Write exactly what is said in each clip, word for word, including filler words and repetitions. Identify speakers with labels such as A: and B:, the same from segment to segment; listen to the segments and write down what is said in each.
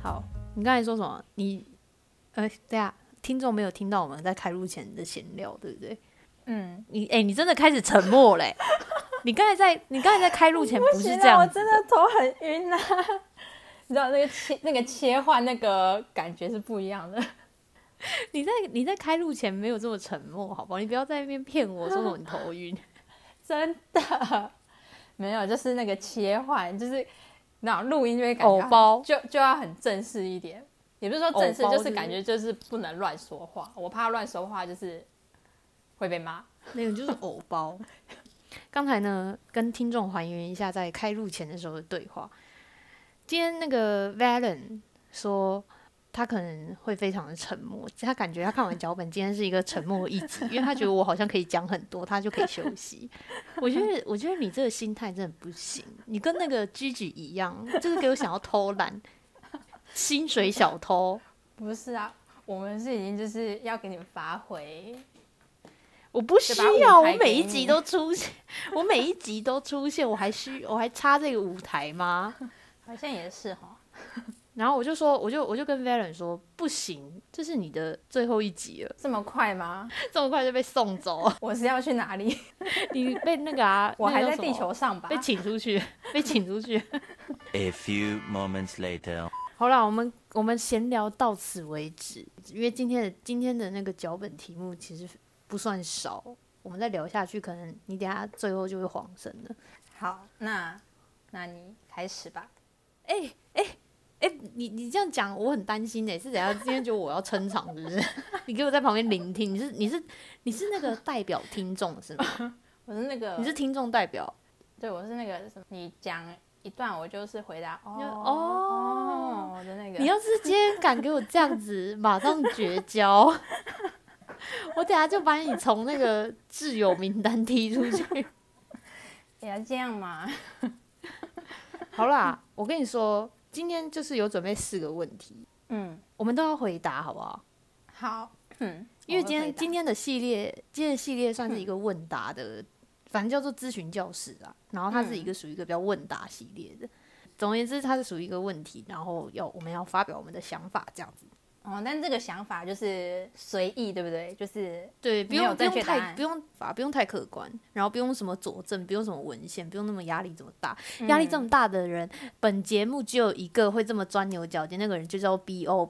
A: 好，你刚才说什么？你呃，对啊，听众没有听到我们在开录前的闲聊，对不对？
B: 嗯，
A: 你哎、欸，你真的开始沉默嘞、欸！你刚才在，你刚才在开录前不是这样子的，
B: 我真的头很晕啊！你知道那个切那个切换那个感觉是不一样的。
A: 你在你在开录前没有这么沉默，好不好？你不要在那边骗我说我你头晕，
B: 真的没有，就是那个切换，就是那种录音就会感觉
A: 偶包
B: 就就要很正式一点，也不是说正式，
A: 偶包
B: 就是感觉就是不能乱说话。我怕乱说话就是会被骂。
A: 那个就是偶包。刚才呢，跟听众还原一下在开录前的时候的对话。今天那个 Valen 说，他可能会非常的沉默，他感觉他看完脚本，今天是一个沉默一集，因为他觉得我好像可以讲很多，他就可以休息。我觉得，我觉得你这个心态真的不行，你跟那个 Gigi 一样，就是给我想要偷懒，薪水小偷。
B: 不是啊，我们是已经就是要给你们发挥。
A: 我不需要，我每一集都出现，我每一集都出现，我还需我还插这个舞台吗？
B: 好像也是哈。
A: 然后我就说，我就我就跟 Valen 说，不行，这是你的最后一集了。
B: 这么快吗？
A: 这么快就被送走？
B: 我是要去哪里？
A: 你被那个啊，
B: 我还在地球上吧？
A: 被请出去，被请出去。
C: A few moments later.
A: 好啦，我们我们闲聊到此为止，因为今天的今天的那个脚本题目其实不算少，我们再聊下去，可能你等一下最后就会晃神了。
B: 好，那那你开始吧。
A: 哎哎哎，你你这样讲，我很担心哎、欸，是怎样？今天觉得我要撑场是不是？你给我在旁边聆听，你是你是你是那个代表听众是吗？
B: 我是那个，
A: 你是听众代表，
B: 对，我是那个什么，你讲一段，我就是回答哦
A: 哦
B: 的那个。
A: 你要是今天敢给我这样子，马上绝交，我等下就把你从那个挚友名单踢出去。
B: 也要这样嘛？
A: 好啦，我跟你说，今天就是有准备四个问题，
B: 嗯，
A: 我们都要回答，好不好？
B: 好，嗯，
A: 因为今天今天的系列，今天的系列算是一个问答的，嗯、反正叫做咨询教室啊。然后它是一个属于一个比较问答系列的。总而言之，它是属于一个问题，然后要我们要发表我们的想法这样子。
B: 哦，但这个想法就是随意，对不对？就是
A: 对，不用不用太不
B: 用
A: 用法不用太客观，然后不用什么佐证，不用什么文献，不用那么压力这么大。压、嗯、力这么大的人，本节目只有一个会这么钻牛角尖，那个人就叫 B O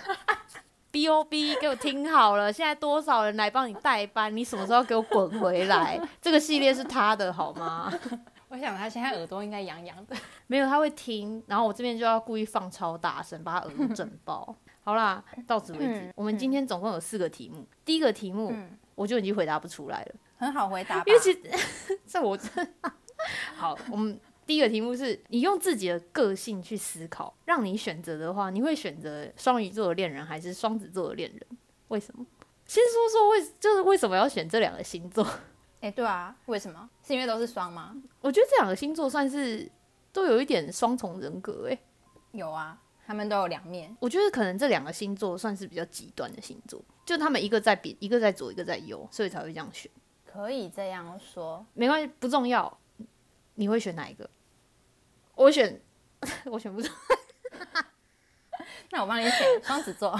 A: B。B O B 给我听好了，现在多少人来帮你代班？你什么时候给我滚回来？这个系列是他的好吗？
B: 我想他现在耳朵应该痒痒的。
A: 没有，他会听，然后我这边就要故意放超大声，把他耳朵震爆。好啦，到此为止、嗯。我们今天总共有四个题目，嗯、第一个题目、嗯、我就已经回答不出来了，
B: 很好回答吧？
A: 因为其实这我真好，我们第一个题目是你用自己的个性去思考，让你选择的话，你会选择双鱼座的恋人还是双子座的恋人？为什么？先说说为就是为什么要选这两个星座？
B: 哎、欸，对啊，为什么？是因为都是双吗？
A: 我觉得这两个星座算是都有一点双重人格、欸，哎，
B: 有啊。他们都有两面，
A: 我觉得可能这两个星座算是比较极端的星座，就他们一个在边，一个在左，一个在右，所以才会这样选。
B: 可以这样说，
A: 没关系，不重要。你会选哪一个？我选，我选不出来。
B: 那我帮你选双子座。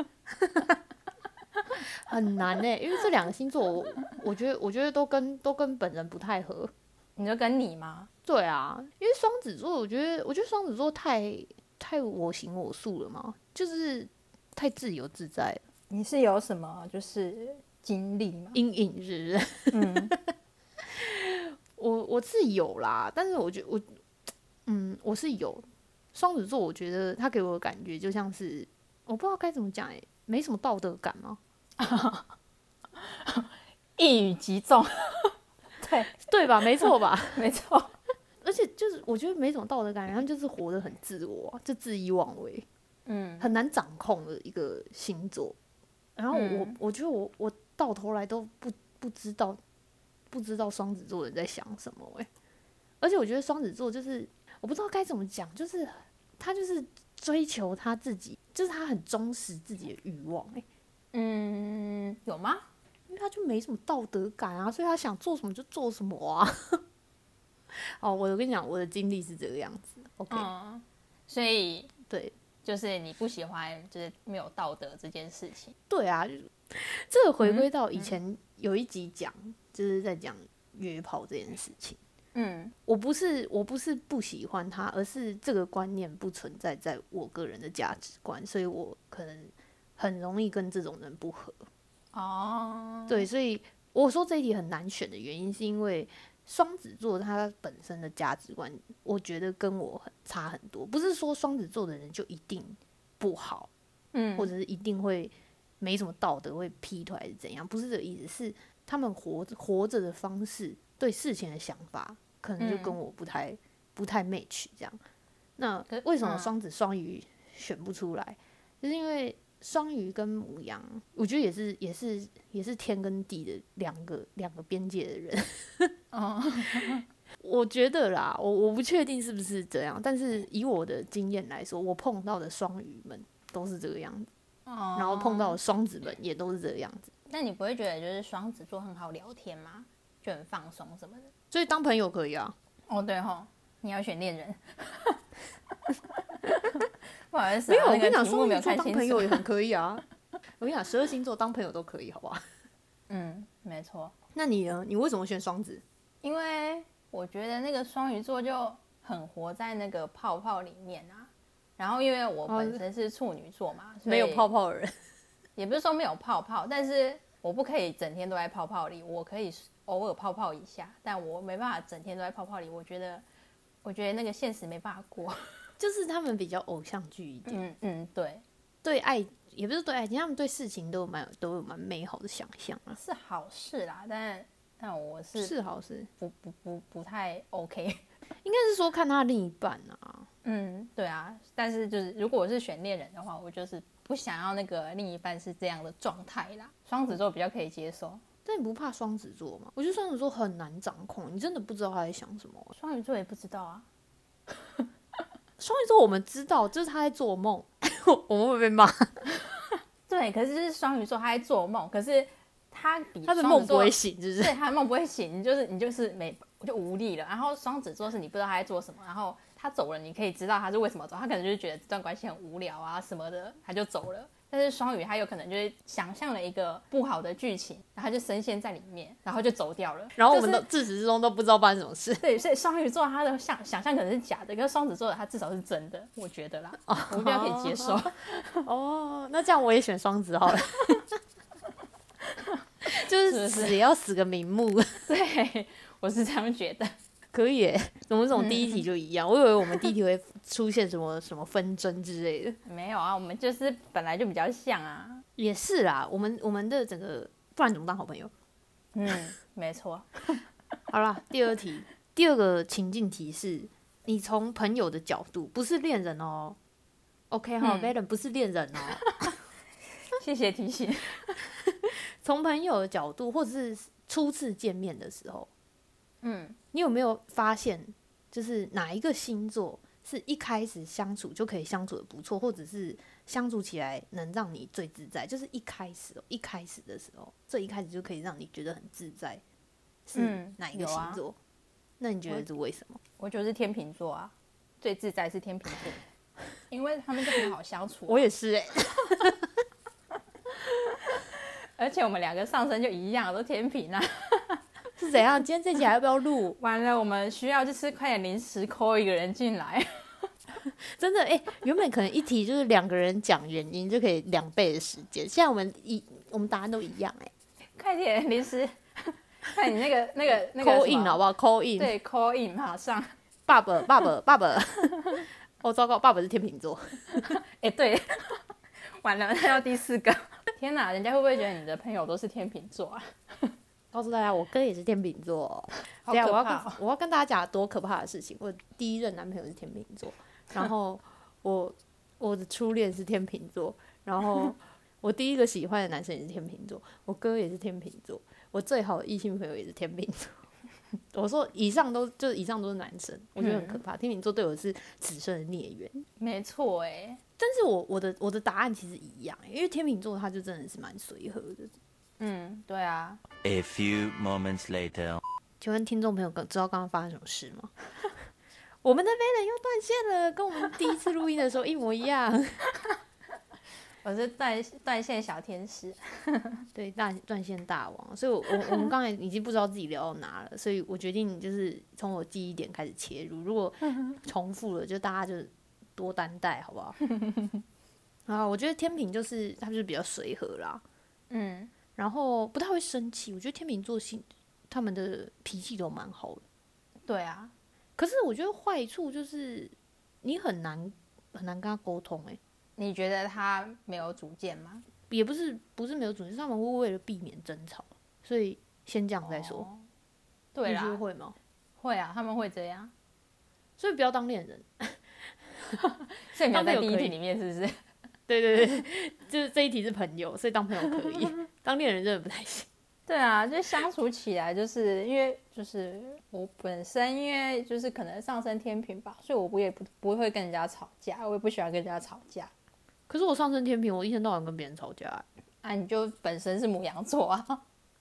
A: 很难哎、欸，因为这两个星座我，我觉得，我觉得都跟都跟本人不太合。
B: 你就跟你吗？
A: 对啊，因为双子座，我觉得，我觉得双子座太。太我行我素了吗？就是太自由自在了。
B: 你是有什么就是经历吗？
A: 阴影是不是？嗯，我我是有啦，但是我觉得我，嗯，我是有双子座，我觉得他给我的感觉就像是我不知道该怎么讲，哎，没什么道德感吗？
B: 一语击中，对
A: 对吧？没错吧？
B: 没错。
A: 而且就是我觉得没什么道德感，然后就是活得很自我，就恣意妄为，嗯，很难掌控的一个星座。然后我、嗯、我觉得我我到头来都不不知道不知道双子座人在想什么哎、欸，而且我觉得双子座就是我不知道该怎么讲，就是他就是追求他自己，就是他很忠实自己的欲望哎、欸，
B: 嗯，有吗？
A: 因为他就没什么道德感啊，所以他想做什么就做什么啊。哦，我跟你讲，我的经历是这个样子 ，OK，、
B: 嗯、所以
A: 对，
B: 就是你不喜欢就是没有道德这件事情。
A: 对啊，这个回归到以前有一集讲，嗯、就是在讲约炮这件事情。
B: 嗯，
A: 我不是我不是不喜欢他，而是这个观念不存在在我个人的价值观，所以我可能很容易跟这种人不合。
B: 哦，
A: 对，所以我说这一题很难选的原因，是因为双子座他本身的价值观，我觉得跟我很差很多。不是说双子座的人就一定不好，
B: 嗯，
A: 或者是一定会没什么道德，会劈腿还是怎样？不是这个意思，是他们活活着的方式，对事情的想法，可能就跟我不太、嗯、不太 match 这样。那为什么双子双鱼选不出来？就是因为双鱼跟牡羊，我觉得也是也是也是天跟地的两个两个边界的人。
B: 哦，
A: 我觉得啦，我我不确定是不是这样，但是以我的经验来说，我碰到的双鱼们都是这个样子，
B: 哦、
A: 然后碰到的双子们也都是这个样子。
B: 那你不会觉得就是双子座很好聊天吗？就很放松什么的？
A: 所以当朋友可以啊。
B: 哦，对吼，你要选恋人。不好意思、啊，
A: 没有，我跟你
B: 讲，
A: 讲，双鱼座当朋友也很可以啊。我跟你讲，十二星座当朋友都可以，好不好？
B: 嗯，没错。
A: 那你呢？你为什么选双子？
B: 因为我觉得那个双鱼座就很活在那个泡泡里面啊。然后因为我本身是处女座嘛，
A: 哦、没有泡泡的人，
B: 也不是说没有泡泡，但是我不可以整天都在泡泡里，我可以偶尔泡泡一下，但我没办法整天都在泡泡里。我觉得，我觉得那个现实没办法过。
A: 就是他们比较偶像剧一点，
B: 嗯嗯，对，
A: 对爱也不是对爱情，他们对事情都有蛮都有蛮美好的想象啊，
B: 是好事啦，但但我是
A: 是好事，
B: 不不不不太 OK，
A: 应该是说看他另一半啊，
B: 嗯，对啊，但是就是如果我是选恋人的话，我就是不想要那个另一半是这样的状态啦，双子座比较可以接受。
A: 但你不怕双子座吗？我觉得双子座很难掌控，你真的不知道他在想什么。
B: 双鱼座也不知道啊。
A: 双鱼座我们知道，就是他在做梦，我们会被骂。
B: 对，可是就是双鱼座他在做梦，可是他比
A: 他的梦不会醒，是不是？
B: 对，他的梦不会醒，你就是你就是没就无力了。然后双子座是你不知道他在做什么，然后他走了，你可以知道他是为什么走，他可能就是觉得这段关系很无聊啊什么的，他就走了。但是双鱼他有可能就是想象了一个不好的剧情，然后他就深陷在里面，然后就走掉了。
A: 然后我们都、就是、自始至终都不知道发生什么事。
B: 对，所以双鱼座他的想想象可能是假的，可是双子座的他至少是真的，我觉得啦，哦、我比较可以接受。
A: 哦，那这样我也选双子好了。就是死也要死个瞑目。
B: 对，我是这样觉得。
A: 可以耶，我们这种第一题就一样、嗯、我以为我们第一题会出现什么什么纷争之类的。
B: 没有啊，我们就是本来就比较像啊。
A: 也是啦，我们我们的整个，不然怎么当好朋友？
B: 嗯，没错。
A: 好啦，第二题，第二个情境题是，你从朋友的角度，不是恋人哦 ，OK 哈 ，Valen 不是恋人哦。
B: 谢谢提醒。
A: 从朋友的角度，或者是初次见面的时候，
B: 嗯，
A: 你有没有发现，就是哪一个星座是一开始相处就可以相处的不错，或者是相处起来能让你最自在？就是一开始、哦，一开始的时候，最一开始就可以让你觉得很自在，是哪一个星座？嗯啊、那你觉得是为什么？
B: 我觉得是天秤座啊，最自在是天秤座，因为他们就很好相处、啊。
A: 我也是哎、欸。
B: 而且我们两个上升就一样，都天秤啊。
A: 是怎样？今天这集还要不要录？
B: 完了，我们需要就是快点临时 call 一个人进来。
A: 真的哎、欸，原本可能一题就是两个人讲原因就可以两倍的时间，现在我们一我们答案都一样哎、欸。
B: 快点临时，看你那个那个那个
A: call in 好不好 ？call in
B: 对 call in 马上。
A: 爸爸爸爸爸爸，哦糟糕，爸爸是天秤座。
B: 哎、欸、对，完了，那要第四个。天哪，人家会不会觉得你的朋友都是天秤座啊？
A: 告诉大家，我哥也是天秤座、哦。
B: 好可怕、哦！
A: 我要跟我要跟大家讲多可怕的事情。我第一任男朋友是天秤座，然后我我的初恋是天秤座，然后我第一个喜欢的男生也是天秤座，我哥也是天秤座，我最好的异性朋友也是天秤座。我说以上都就是以上都是男生，我觉得很可怕。嗯、天秤座对我是此生的孽缘。
B: 没错哎，
A: 但是我我的我的答案其实一样，因为天秤座他就真的是蛮随和的。
B: 嗯，对啊。
C: A few moments later，
A: 请问听众朋友知道刚刚发生什么事吗？ 我们的 Valen 又断线了，跟我们第一次录音的时候一模一样。
B: 我是断断线小天使，
A: 对，大断线大王，所以我我我们刚才已经不知道自己聊到哪了，所以我决定就是从我记忆点开始切入，如果重复了，就大家就多担待，好不好？啊，我觉得天秤就是他就是比较随和啦，
B: 嗯，
A: 然后不太会生气，我觉得天秤座性他们的脾气都蛮好的，
B: 对啊，
A: 可是我觉得坏处就是你很难很难跟他沟通、欸，
B: 你觉得他没有主见吗？
A: 也不是不是没有主见，是他们会为了避免争吵，所以先讲再说。
B: 哦、对啦，
A: 你觉得会吗？
B: 会啊，他们会这样，
A: 所以不要当恋人。
B: 所以你要在第一
A: 当朋友可以
B: 题里面是不是？
A: 对对对，就是这一题是朋友，所以当朋友可以，当恋人真的不太行。
B: 对啊，就相处起来，就是因为就是我本身因为就是可能上升天平吧，所以我不也不不会跟人家吵架，我也不喜欢跟人家吵架。
A: 可是我上升天平，我一天到晚跟别人吵架、欸。
B: 啊，你就本身是牡羊座啊。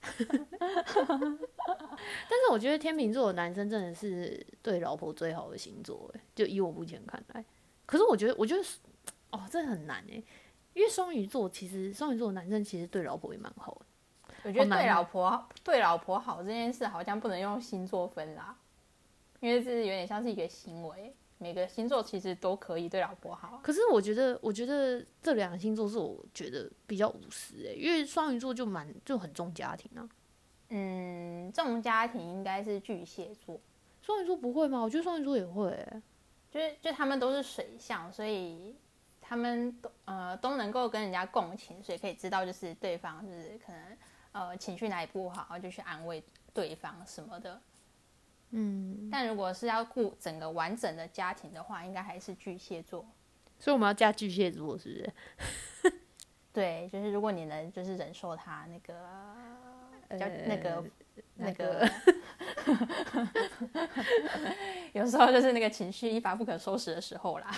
A: 但是我觉得天秤座的男生真的是对老婆最好的星座、欸，就以我目前看来。可是我觉得，我觉得哦，这很难哎、欸，因为双鱼座其实双鱼座的男生其实对老婆也蛮好的。
B: 我觉得对老婆对老婆好这件事好像不能用星座分啦，因为这有点像是一个行为，每个星座其实都可以对老婆好。
A: 可是我觉得，我觉得这两个星座是我觉得比较无私哎、欸，因为双鱼座就蛮就很重家庭啊。
B: 嗯，重家庭应该是巨蟹座。
A: 双鱼座不会吗？我觉得双鱼座也会、欸，
B: 就是就他们都是水象，所以他们都呃都能够跟人家共情，所以可以知道就是对方就是可能呃情绪哪里不好，然后就去安慰对方什么的。嗯，但如果是要顾整个完整的家庭的话，应该还是巨蟹座。
A: 所以我们要加巨蟹座，是不是？
B: 对，就是如果你能就是忍受他那个。
A: 呃、
B: 那个那个，
A: 那
B: 个有时候就是那个情绪一发不可收拾的时候啦，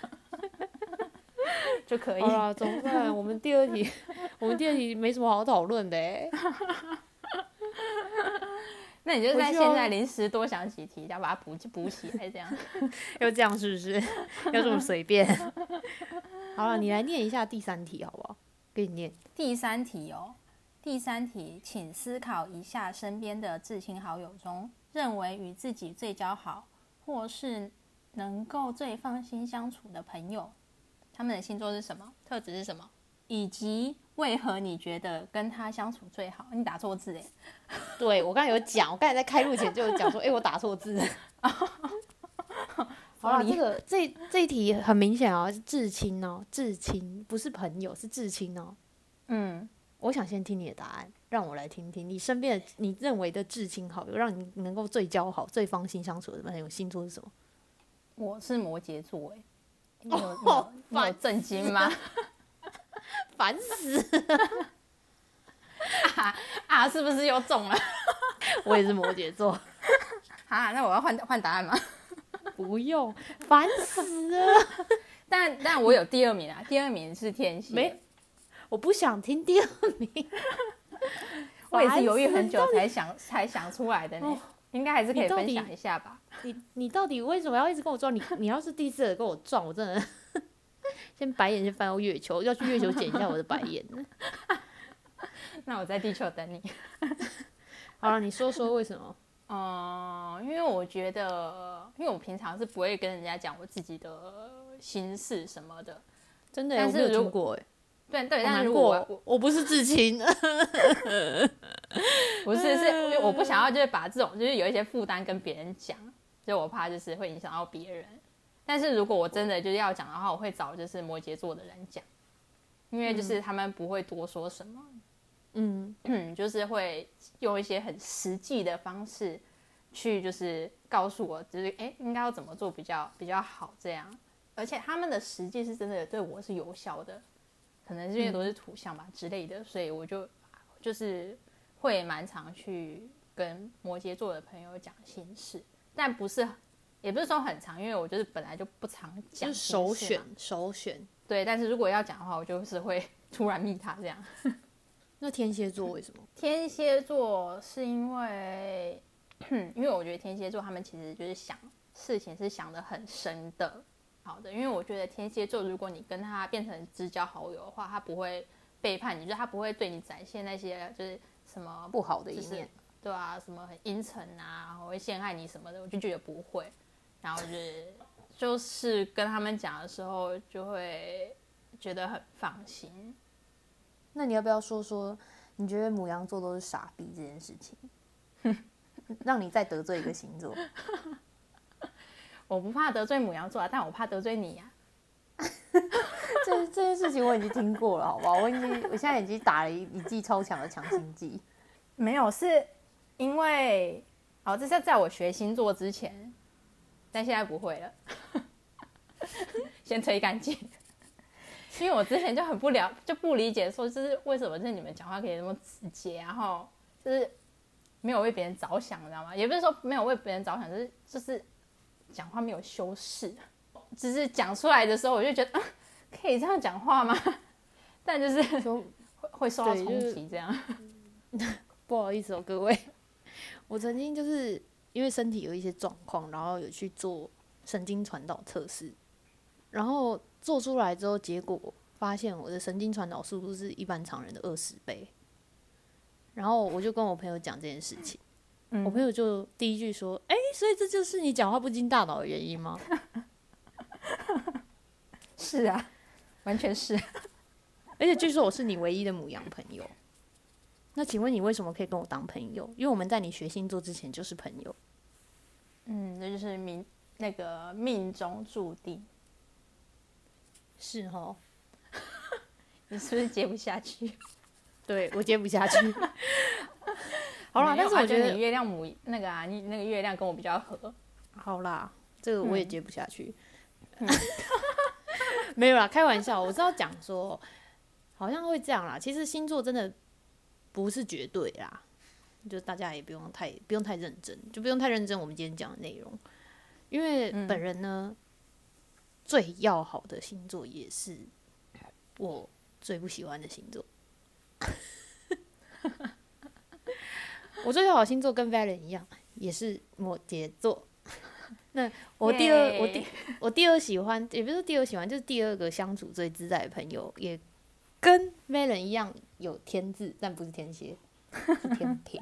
B: 就可以。
A: 好啦，怎么办？我们第二题，我们第二题没什么好讨论的哎、欸。
B: 那你就在现在临时多想几题，要把它补补起来，这样。
A: 要这样是不是？要这么随便？好了，你来念一下第三题好不好？给你念。
B: 第三题哦。第三题，请思考一下身边的至亲好友中，认为与自己最交好，或是能够最放心相处的朋友，他们的星座是什么？特质是什么？以及为何你觉得跟他相处最好？你打错字哎。
A: 对，我刚才有讲，我刚才在开录前就有讲说，哎、欸，我打错字。好啦，这个这这一题很明显哦，是至亲哦，至亲不是朋友，是至亲哦。嗯。我想先听你的答案，让我来听听你身边的你认为的至亲好友，让你能够最交好、最放心相处的朋友星座是什么？
B: 我是摩羯座哎，你有、哦、你有震惊吗？
A: 烦死
B: 啊啊！是不是又中了？
A: 我也是摩羯座。
B: 啊，那我要换换答案吗？
A: 不用，烦死了。
B: 但但我有第二名啊，第二名是天蝎。
A: 没。我不想听第二名，
B: 我也是犹豫很久才想才想出来的呢，哦、应该还是可以分享一下吧。
A: 你你到底为什么要一直跟我撞？你你要是第一次跟我撞，我真的先白眼先翻到月球，要去月球捡一下我的白眼。
B: 那我在地球等你。
A: 好了，你说说为什么？
B: 嗯，因为我觉得，因为我平常是不会跟人家讲我自己的心事什么的，
A: 真的，但是我没有听过哎。
B: 对对，但是如果 我,
A: 我, 我不是至亲，
B: 不是是因为我不想要就是把这种就是有一些负担跟别人讲，就我怕就是会影响到别人。但是如果我真的就是要讲的话，我会找就是摩羯座的人讲，因为就是他们不会多说什么，嗯嗯，就是会用一些很实际的方式去就是告诉我，就是哎应该要怎么做比较比较好这样，而且他们的实际是真的对我是有效的。可能是因为都是土象吧、嗯、之类的，所以我就就是会蛮常去跟摩羯座的朋友讲心事，但不是，也不是说很常，因为我就是本来就不常讲，
A: 就是首选首选。
B: 对，但是如果要讲的话，我就是会突然密他这样。
A: 那天蝎座为什么？
B: 天蝎座是因为，因为我觉得天蝎座他们其实就是想事情是想得很深的。好的，因为我觉得天蝎座，如果你跟他变成知交好友的话，他不会背叛你，就是他不会对你展现那些就是什么
A: 不好的一面，
B: 对啊，什么很阴沉啊，然后会陷害你什么的，我就觉得不会。然后就是就是跟他们讲的时候，就会觉得很放心。
A: 那你要不要说说，你觉得牡羊座都是傻逼这件事情？让你再得罪一个星座。
B: 我不怕得罪牡羊座啊，但我怕得罪你啊。
A: 这这件事情我已经听过了，好不好？我已经，我现在已经打了一一剂超强的强心剂。
B: 没有，是因为哦，这是在我学星座之前，但现在不会了，先推干净。因为我之前就很不了，就不理解说，就是为什么就是你们讲话可以那么直接，然后就是没有为别人着想，你知道吗？也不是说没有为别人着想，就是就是讲话没有修饰，只是讲出来的时候，我就觉得、啊、可以这样讲话吗？但就是会会受到冲击，这样。
A: 不好意思哦，各位，我曾经就是因为身体有一些状况，然后有去做神经传导测试，然后做出来之后，结果发现我的神经传导速度是一般常人的二十倍。然后我就跟我朋友讲这件事情，嗯、我朋友就第一句说：“哎、欸，所以这就是你讲话不经大脑的原因吗？”
B: 是啊，完全是。
A: 而且据说我是你唯一的牡羊朋友。那请问你为什么可以跟我当朋友？因为我们在你学星座之前就是朋友。
B: 嗯，这就是命那个命中注定。
A: 是齁。
B: 你是不是接不下去？
A: 对，我接不下去。好啦，但是我觉得
B: 你月亮母那个啊，你那个月亮跟我比较合。
A: 好啦，这个我也接不下去。嗯、没有啦，开玩笑。我是要讲说，好像会这样啦。其实星座真的不是绝对啦，就大家也不用太不用太认真，就不用太认真我们今天讲的内容。因为本人呢，嗯、最要好的星座也是我最不喜欢的星座。我最要好的星座跟 Valen 一样，也是摩羯座。那我第二， yeah. 我第我第二喜欢，也不是第二喜欢，就是第二个相处最自在的朋友，也跟 Valen 一样有天字，但不是天蝎，是天平。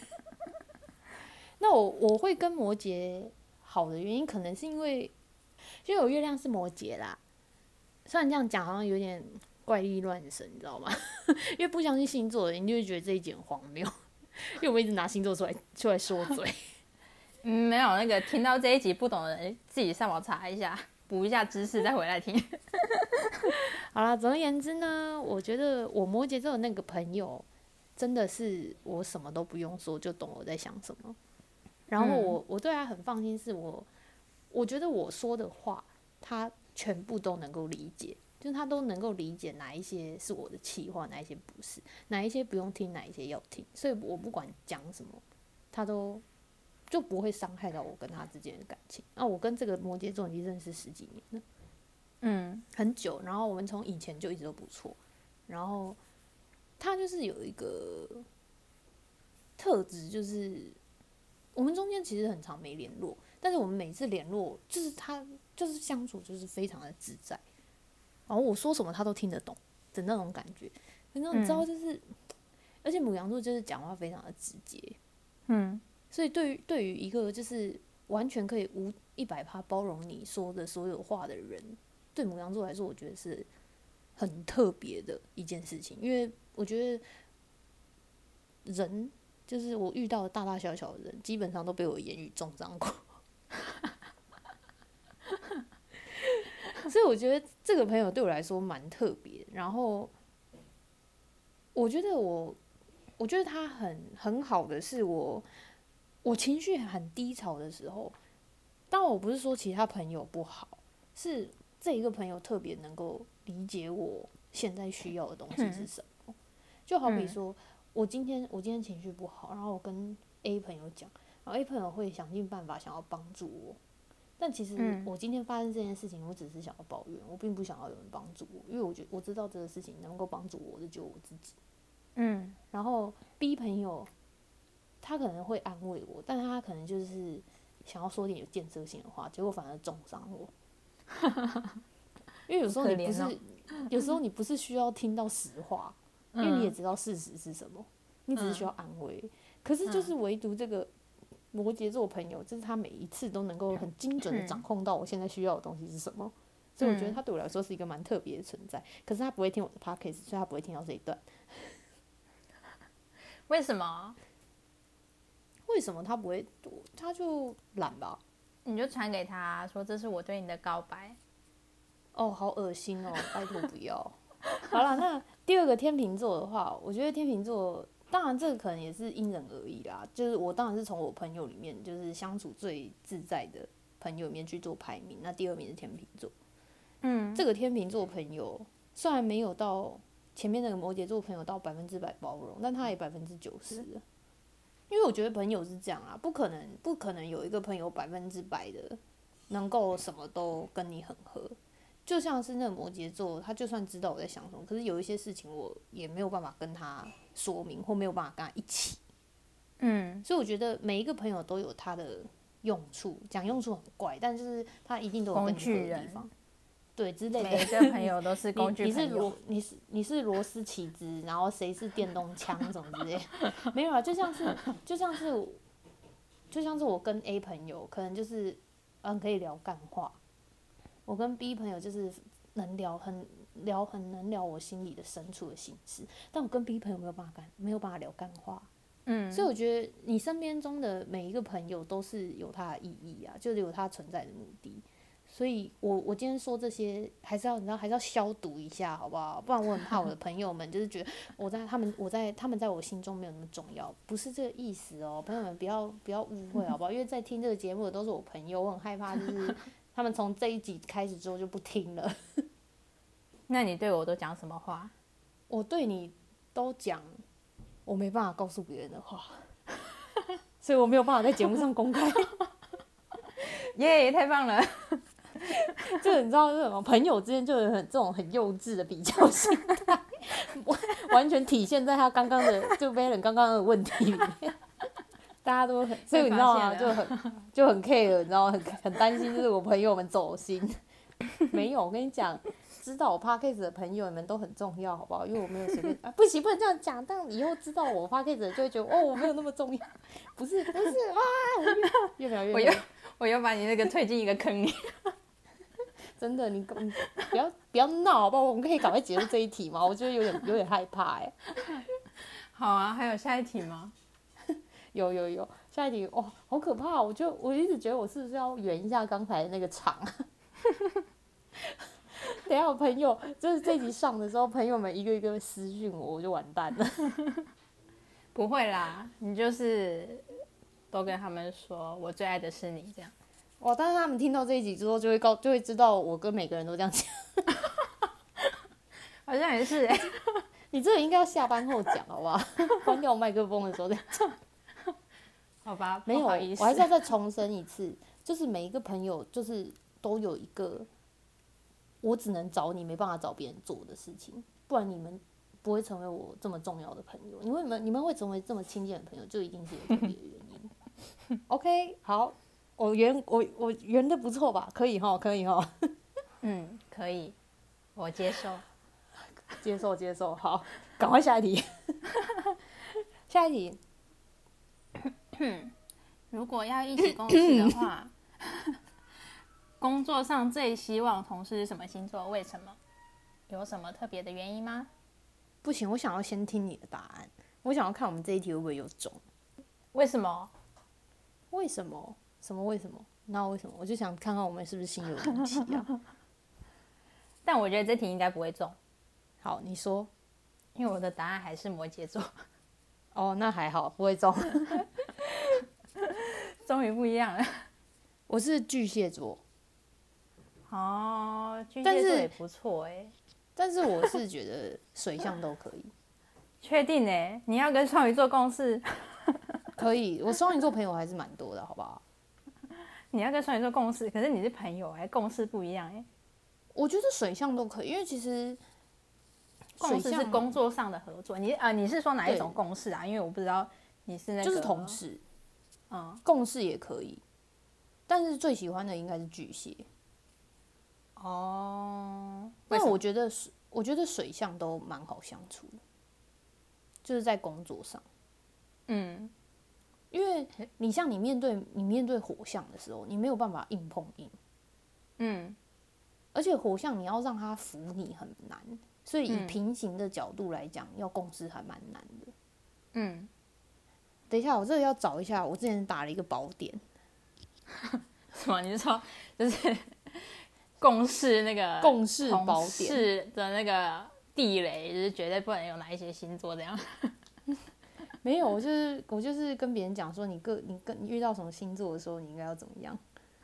A: 那我我会跟摩羯好的原因，可能是因为，因为我月亮是摩羯啦。虽然这样讲好像有点怪力乱神，你知道吗？因为不相信星座的人，你就会觉得这一集很荒谬。因为我们一直拿星座出来出来说嘴。
B: 嗯，没有那个听到这一集不懂的人，自己上网查一下，补一下知识，再回来听。
A: 好啦，总而言之呢，我觉得我摩羯座的那个朋友，真的是我什么都不用说就懂我在想什么。然后我、嗯、我对他很放心，是我我觉得我说的话，他全部都能够理解。就是他都能够理解哪一些是我的企划，哪一些不是，哪一些不用听，哪一些要听，所以我不管讲什么，他都就不会伤害到我跟他之间的感情。那、啊、我跟这个摩羯座已经认识十几年了，嗯，很久，然后我们从以前就一直都不错，然后他就是有一个特质，就是我们中间其实很常没联络，但是我们每次联络，就是他就是相处就是非常的自在。然后我说什么他都听得懂的那种感觉，然后你知道就是，嗯、而且牡羊座就是讲话非常的直接，嗯，所以对于对于一个就是完全可以无一百趴包容你说的所有话的人，对牡羊座来说，我觉得是很特别的一件事情，因为我觉得人就是我遇到的大大小小的人，基本上都被我言语中伤过。所以我觉得这个朋友对我来说蛮特别，然后我觉得我，我觉得他很很好的是我，我情绪很低潮的时候，当然我不是说其他朋友不好，是这一个朋友特别能够理解我现在需要的东西是什么。就好比说，我今天我今天情绪不好，然后我跟 A 朋友讲，然后 A 朋友会想尽办法想要帮助我。但其实我今天发生这件事情，我只是想要抱怨，我并不想要有人帮助我，因为我觉得我知道这个事情能够帮助我的只有我自己。嗯，然后 B 朋友他可能会安慰我，但他可能就是想要说点有建设性的话，结果反而重伤我。因为有时候你不是，哦、有时候你不是需要听到实话，因为你也知道事实是什么，你只是需要安慰。嗯、可是就是唯独这个摩羯座朋友，就是他每一次都能够很精准的掌控到我现在需要的东西是什么，嗯、所以我觉得他对我来说是一个蛮特别的存在。可是他不会听我的 podcast， 所以他不会听到这一段。
B: 为什么？
A: 为什么他不会？他就懒吧。
B: 你就传给他说这是我对你的告白。
A: 哦，好恶心哦！拜托不要。好啦，那第二个天秤座的话，我觉得天秤座，当然这个可能也是因人而异啦。就是我当然是从我朋友里面，就是相处最自在的朋友里面去做排名。那第二名是天秤座。嗯，这个天秤座朋友虽然没有到前面那个摩羯座朋友到百分之百包容，但他也百分之九十了。因为我觉得朋友是这样啊，不可能不可能有一个朋友百分之百的能够什么都跟你很合。就像是那个摩羯座，他就算知道我在想什么，可是有一些事情我也没有办法跟他说明，或没有办法跟他一起。嗯，所以我觉得每一个朋友都有他的用处，讲用处很怪，但就是他一定都有跟你合的地方。对之类的，
B: 每个朋友都是工具朋友。
A: 你, 你是螺，你是你是螺丝起子，然后谁是电动枪什么之类的，没有啊，就像是就像是就像是我跟 A 朋友，可能就是嗯可以聊干话，我跟 B 朋友就是能聊很聊很能聊我心里的深处的心事，但我跟 B 朋友没有办法干没有办法聊干话。嗯，所以我觉得你身边中的每一个朋友都是有它的意义啊，就是有它存在的目的。所以我我今天说这些还是要你知道还是要消毒一下好不好？不然我很怕我的朋友们就是觉得我在他们我在他们在我心中没有那么重要，不是这个意思哦，朋友们不要不要误会好不好？因为在听这个节目的都是我朋友，我很害怕就是他们从这一集开始之后就不听了。
B: 那你对我都讲什么话？
A: 我对你都讲我没办法告诉别人的话，所以我没有办法在节目上公开。
B: 耶、yeah, 太棒了！
A: 这个你知道是什么？朋友之间就有很这种很幼稚的比较心态，完全体现在他刚刚的就 Valen 刚刚的问题里面。大家都很，所以你知道吗？就很就很 care， 你知道很很担心，就是我朋友们走心。没有，我跟你讲，知道我 podcast 的朋友们都很重要，好不好？因为我没有随便啊，不行，不能这样讲。但以后知道我 podcast 的就会觉得哦，我没有那么重要。不是不是哇，越描越
B: 我又我又把你那个推进一个坑里。
A: 真的，你你不要不要闹，好不好？我们可以赶快结束这一题吗？我觉得有点有点害怕哎、欸。
B: 好啊，还有下一题吗？
A: 有有有，下一题哦，好可怕！我就我一直觉得我是不是要圆一下刚才的那个场？等一下我朋友就是这集上的时候，朋友们一个一个私讯我，我就完蛋了。
B: 不会啦，你就是都跟他们说我最爱的是你这样。
A: 哇！但是他们听到这一集之后，就会告就会知道我跟每个人都这样讲。
B: 好像也是哎、欸，
A: 你这个应该要下班后讲好不好？关掉麦克风的时候再讲。
B: 好吧，
A: 没有，
B: 不好意思，
A: 我还是要再重申一次，就是每一个朋友就是都有一个，我只能找你，没办法找别人做的事情，不然你们不会成为我这么重要的朋友。因为你们你们会成为这么亲近的朋友，就一定是有特别的原因。OK， 好，我圆我我圆的不错吧？可以哈，可以哈。
B: 嗯，可以，我接受，
A: 接受接受。好，赶快下一题。下一题。
B: 如果要一起共事的话，工作上最希望同事是什么星座？为什么？有什么特别的原因吗？
A: 不行，我想要先听你的答案。我想要看我们这一题会不会有中。
B: 为什么？
A: 为什么？什么为什么？那为什么？我就想看看我们是不是心有灵犀啊。
B: 但我觉得这题应该不会中。
A: 好，你说。
B: 因为我的答案还是摩羯座。
A: 哦，那还好，不会中。
B: 终于不一样了。
A: 我是巨蟹座。
B: 哦，巨蟹座也不错哎、欸。
A: 但是我是觉得水象都可以。
B: 确定哎、欸？你要跟双鱼座共事？
A: 可以，我双鱼座朋友还是蛮多的，好不好？
B: 你要跟双鱼座共事，可是你是朋友哎、欸，共事不一样哎、欸。
A: 我觉得水象都可以，因为其实
B: 共事是工作上的合作。你啊、呃，你是说哪一种共事啊？因为我不知道你是那个
A: 就是同事。嗯，共事也可以， 但是最喜欢的应该是巨蟹。
B: 哦，
A: 但我觉得水，我觉得水象都蛮好相处的，就是在工作上。
B: 嗯，
A: 因为你像你面对你面对火象的时候，你没有办法硬碰硬。
B: 嗯，
A: 而且火象你要让他服你很难，所以以
B: 嗯
A: 平行的角度来讲，要共事还蛮难的。
B: 嗯，
A: 等一下，我这里要找一下，我之前打了一个宝典。
B: 什么？你是说就是共识那个
A: 共识宝典
B: 同事的那个地雷，就是绝对不能有哪一些星座这样？
A: 没有，我就是我就是跟别人讲说，你个你跟你遇到什么星座的时候，你应该要怎么样。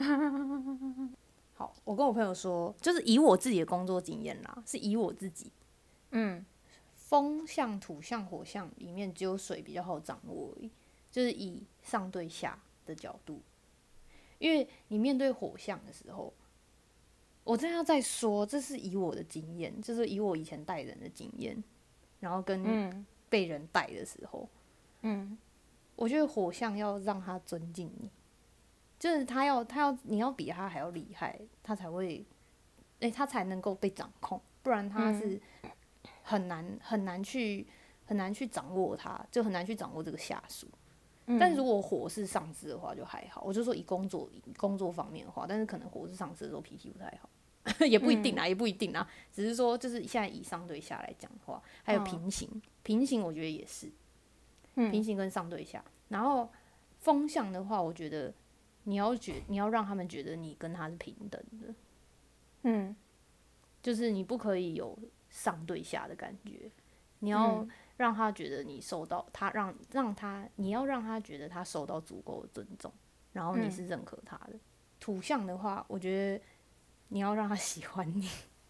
A: 好，我跟我朋友说，就是以我自己的工作经验啦，是以我自己，
B: 嗯，
A: 风象、土象、火象里面只有水比较好掌握而已，就是以上对下的角度，因为你面对火象的时候，我真的要再说，这是以我的经验，就是以我以前带人的经验，然后跟被人带的时候，
B: 嗯，
A: 我觉得火象要让他尊敬你。就是他要他要你要比他还要厉害，他才会，哎、欸，他才能够被掌控，不然他是很难很难去很难去掌握他，就很难去掌握这个下属。嗯、但如果火是上司的话就还好，我就说以工作以工作方面的话，但是可能火是上司的时候脾气不太好，也不一定啊，也不一定啊，只是说就是现在以上对下来讲的话，还有平行，嗯、平行我觉得也是，平行跟上对下，然后风象的话，我觉得。你要觉，你要让他们觉得你跟他是平等的，嗯，就是你不可以有上对下的感觉，你要让他觉得你受到他让让他，你要让他觉得他受到足够的尊重，然后你是认可他的。嗯、土象的话，我觉得你要让他喜欢你，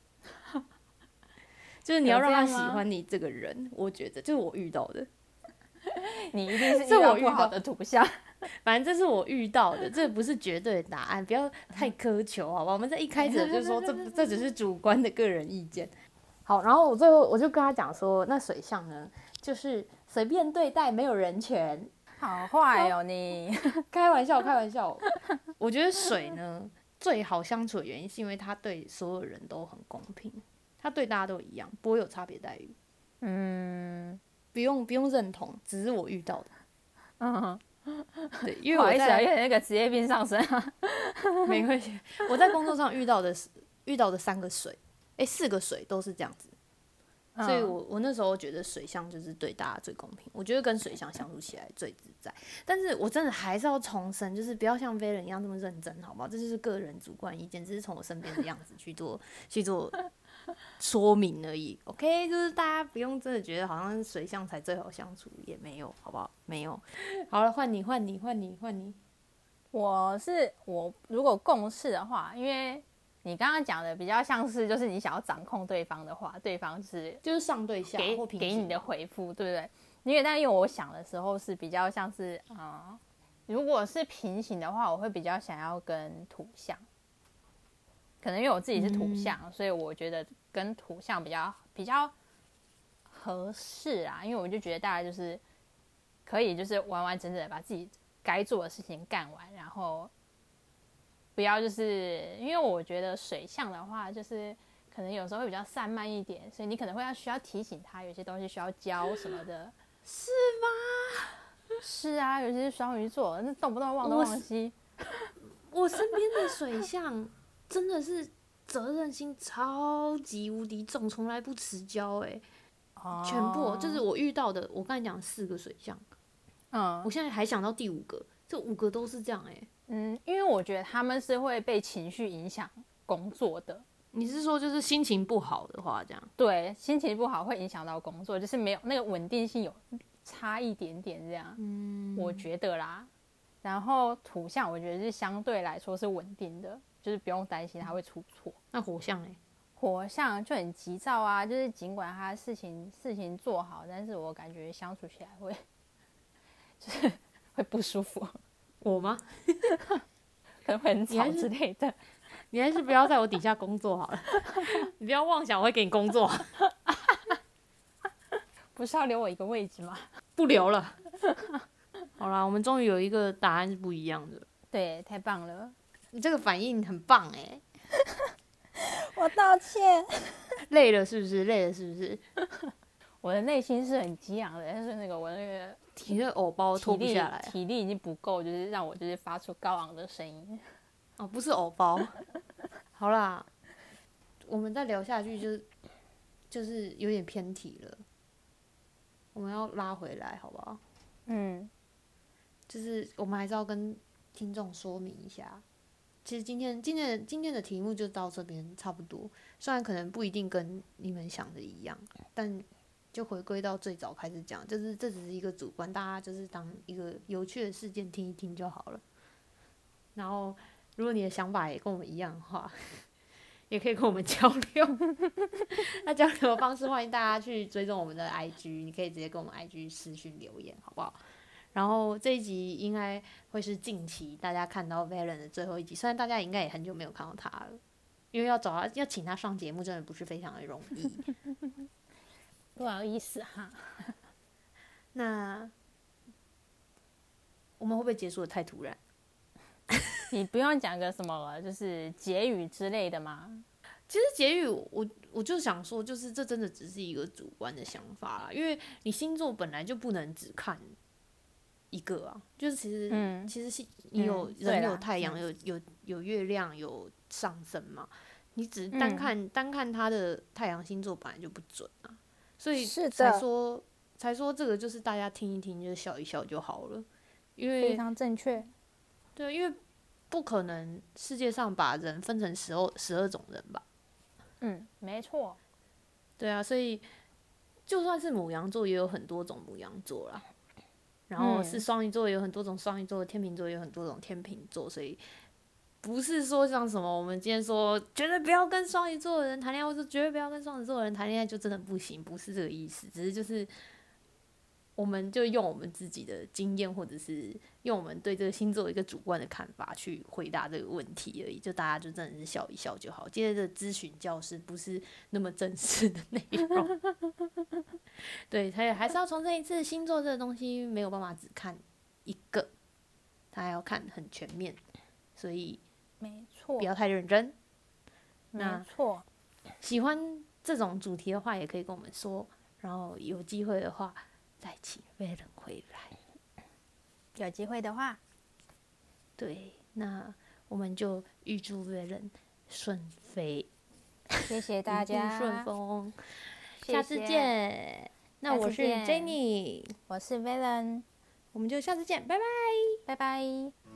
A: 就是你要让他喜欢你这个人，我觉得就是我遇到的。
B: 你一定是遇到不好的土象，
A: 反正这是我遇到的，这不是绝对的答案，不要太苛求，好吧？我们在一开始就说这这只是主观的个人意见。好，然后我最后我就跟他讲说，那水象呢，就是随便对待，没有人权。
B: 好坏哦你！
A: 开玩笑，开玩笑。我觉得水呢最好相处的原因，是因为他对所有人都很公平，他对大家都一样，不会有差别待遇。嗯。不用不用认同，只是我遇到的。嗯，对，因为我在
B: 因为那个职业病上升啊，
A: 没关系。我在工作上遇到的遇到的三个水，哎、欸，四个水都是这样子，嗯、所以我我那时候觉得水象就是对大家最公平，我觉得跟水象相处起来最自在。但是我真的还是要重申，就是不要像 Valen 一样这么认真，好吗？这就是个人主观意见，只是从我身边的样子去做去做。说明而已 ，OK， 就是大家不用真的觉得好像水象才最好相处，也没有，好不好？没有。好了，换你，换你，换你，换你。
B: 我是我如果共事的话，因为你刚刚讲的比较像是，就是你想要掌控对方的话，对方是
A: 就是上对下
B: 给
A: 或平行
B: 给你的回复，对不对？因为但因为我想的时候是比较像是，嗯，如果是平行的话，我会比较想要跟土象。可能因为我自己是土象，嗯、所以我觉得跟土象比较比较合适啊。因为我就觉得大家就是可以就是完完整整的把自己该做的事情干完，然后不要就是因为我觉得水象的话，就是可能有时候会比较散漫一点，所以你可能会要需要提醒他有些东西需要教什么的。
A: 是吗？
B: 是啊，尤其是双鱼座，那动不动忘东忘西。
A: 我身边的水象。真的是责任心超级无敌重，从来不迟交哎、欸，oh. 全部就是我遇到的，我刚才讲四个水象，嗯，我现在还想到第五个，这五个都是这样哎、欸，
B: 嗯，因为我觉得他们是会被情绪影响工作的。
A: 你是说就是心情不好的话，这样？
B: 对，心情不好会影响到工作，就是没有那个稳定性有差一点点这样，嗯，我觉得啦。然后土象我觉得是相对来说是稳定的。就是不用担心他会出错。
A: 那火象呢？
B: 火象就很急躁啊，就是尽管他事情事情做好，但是我感觉相处起来会就是会不舒服。
A: 我吗？
B: 可能会很吵之类的。
A: 你还是不要在我底下工作好了。你不要妄想我会给你工作。
B: 不是要留我一个位置吗？
A: 不留了。好啦，我们终于有一个答案是不一样的。
B: 对，太棒了。
A: 你这个反应很棒哎。
B: 我道歉。
A: 累了是不是？累了是不是？
B: 我的内心是很激昂的，但是那个我那个
A: 你的偶包脱不下来、啊，
B: 体力已经不够，就是让我就是发出高昂的声音。
A: 哦，不是偶包。好啦，我们再聊下去就就是有点偏题了，我们要拉回来好不好？
B: 嗯，
A: 就是我们还是要跟听众说明一下，其实今天今天的今天的题目就到这边差不多，虽然可能不一定跟你们想的一样，但就回归到最早开始讲，就是这只是一个主观，大家就是当一个有趣的事件听一听就好了。然后，如果你的想法也跟我们一样的话，也可以跟我们交流。那交流的方式，欢迎大家去追踪我们的 I G， 你可以直接跟我们 I G 私讯留言，好不好？然后这一集应该会是近期大家看到 Valen 的最后一集，虽然大家应该也很久没有看到他了，因为要找他要请他上节目真的不是非常的容易。
B: 不好意思哈。
A: 那我们会不会结束的太突然？
B: 你不用讲个什么就是结语之类的吗？
A: 其实结语我我就想说，就是这真的只是一个主观的想法啦，因为你星座本来就不能只看一个啊，就是其实、嗯、其实你有、嗯、人有太阳、嗯、有有有月亮有上升嘛，你只单看、嗯、单看他的太阳星座本来就不准啊，所以才说才说这个就是大家听一听就笑一笑就好了，因为
B: 非常正确。
A: 对，因为不可能世界上把人分成十二十二种人吧？
B: 嗯，没错。
A: 对啊，所以就算是牡羊座也有很多种牡羊座啦，然后是双鱼座也有很多种双鱼座，天秤座也有很多种天秤座，所以不是说像什么我们今天说绝对不要跟双鱼座的人谈恋爱，或者绝对不要跟双子座的人谈恋爱就真的不行，不是这个意思，只是就是我们就用我们自己的经验，或者是用我们对这个星座一个主观的看法去回答这个问题而已，就大家就真的是笑一笑就好。今天的咨询教室不是那么正式的内容，对，所以还是要重申一次，星座这个东西没有办法只看一个，它还要看很全面，所以
B: 没错，
A: 不要太认真。
B: 没错，
A: 喜欢这种主题的话，也可以跟我们说，然后有机会的话再请 Valen 回来。
B: 有机会的话，
A: 对，那我们就预祝 Valen 顺飞，
B: 谢谢大家，
A: 顺风，
B: 谢谢，
A: 下次见。那我是 Jenny，
B: 我是 Valen，
A: 我们就下次见，拜拜，
B: 拜拜。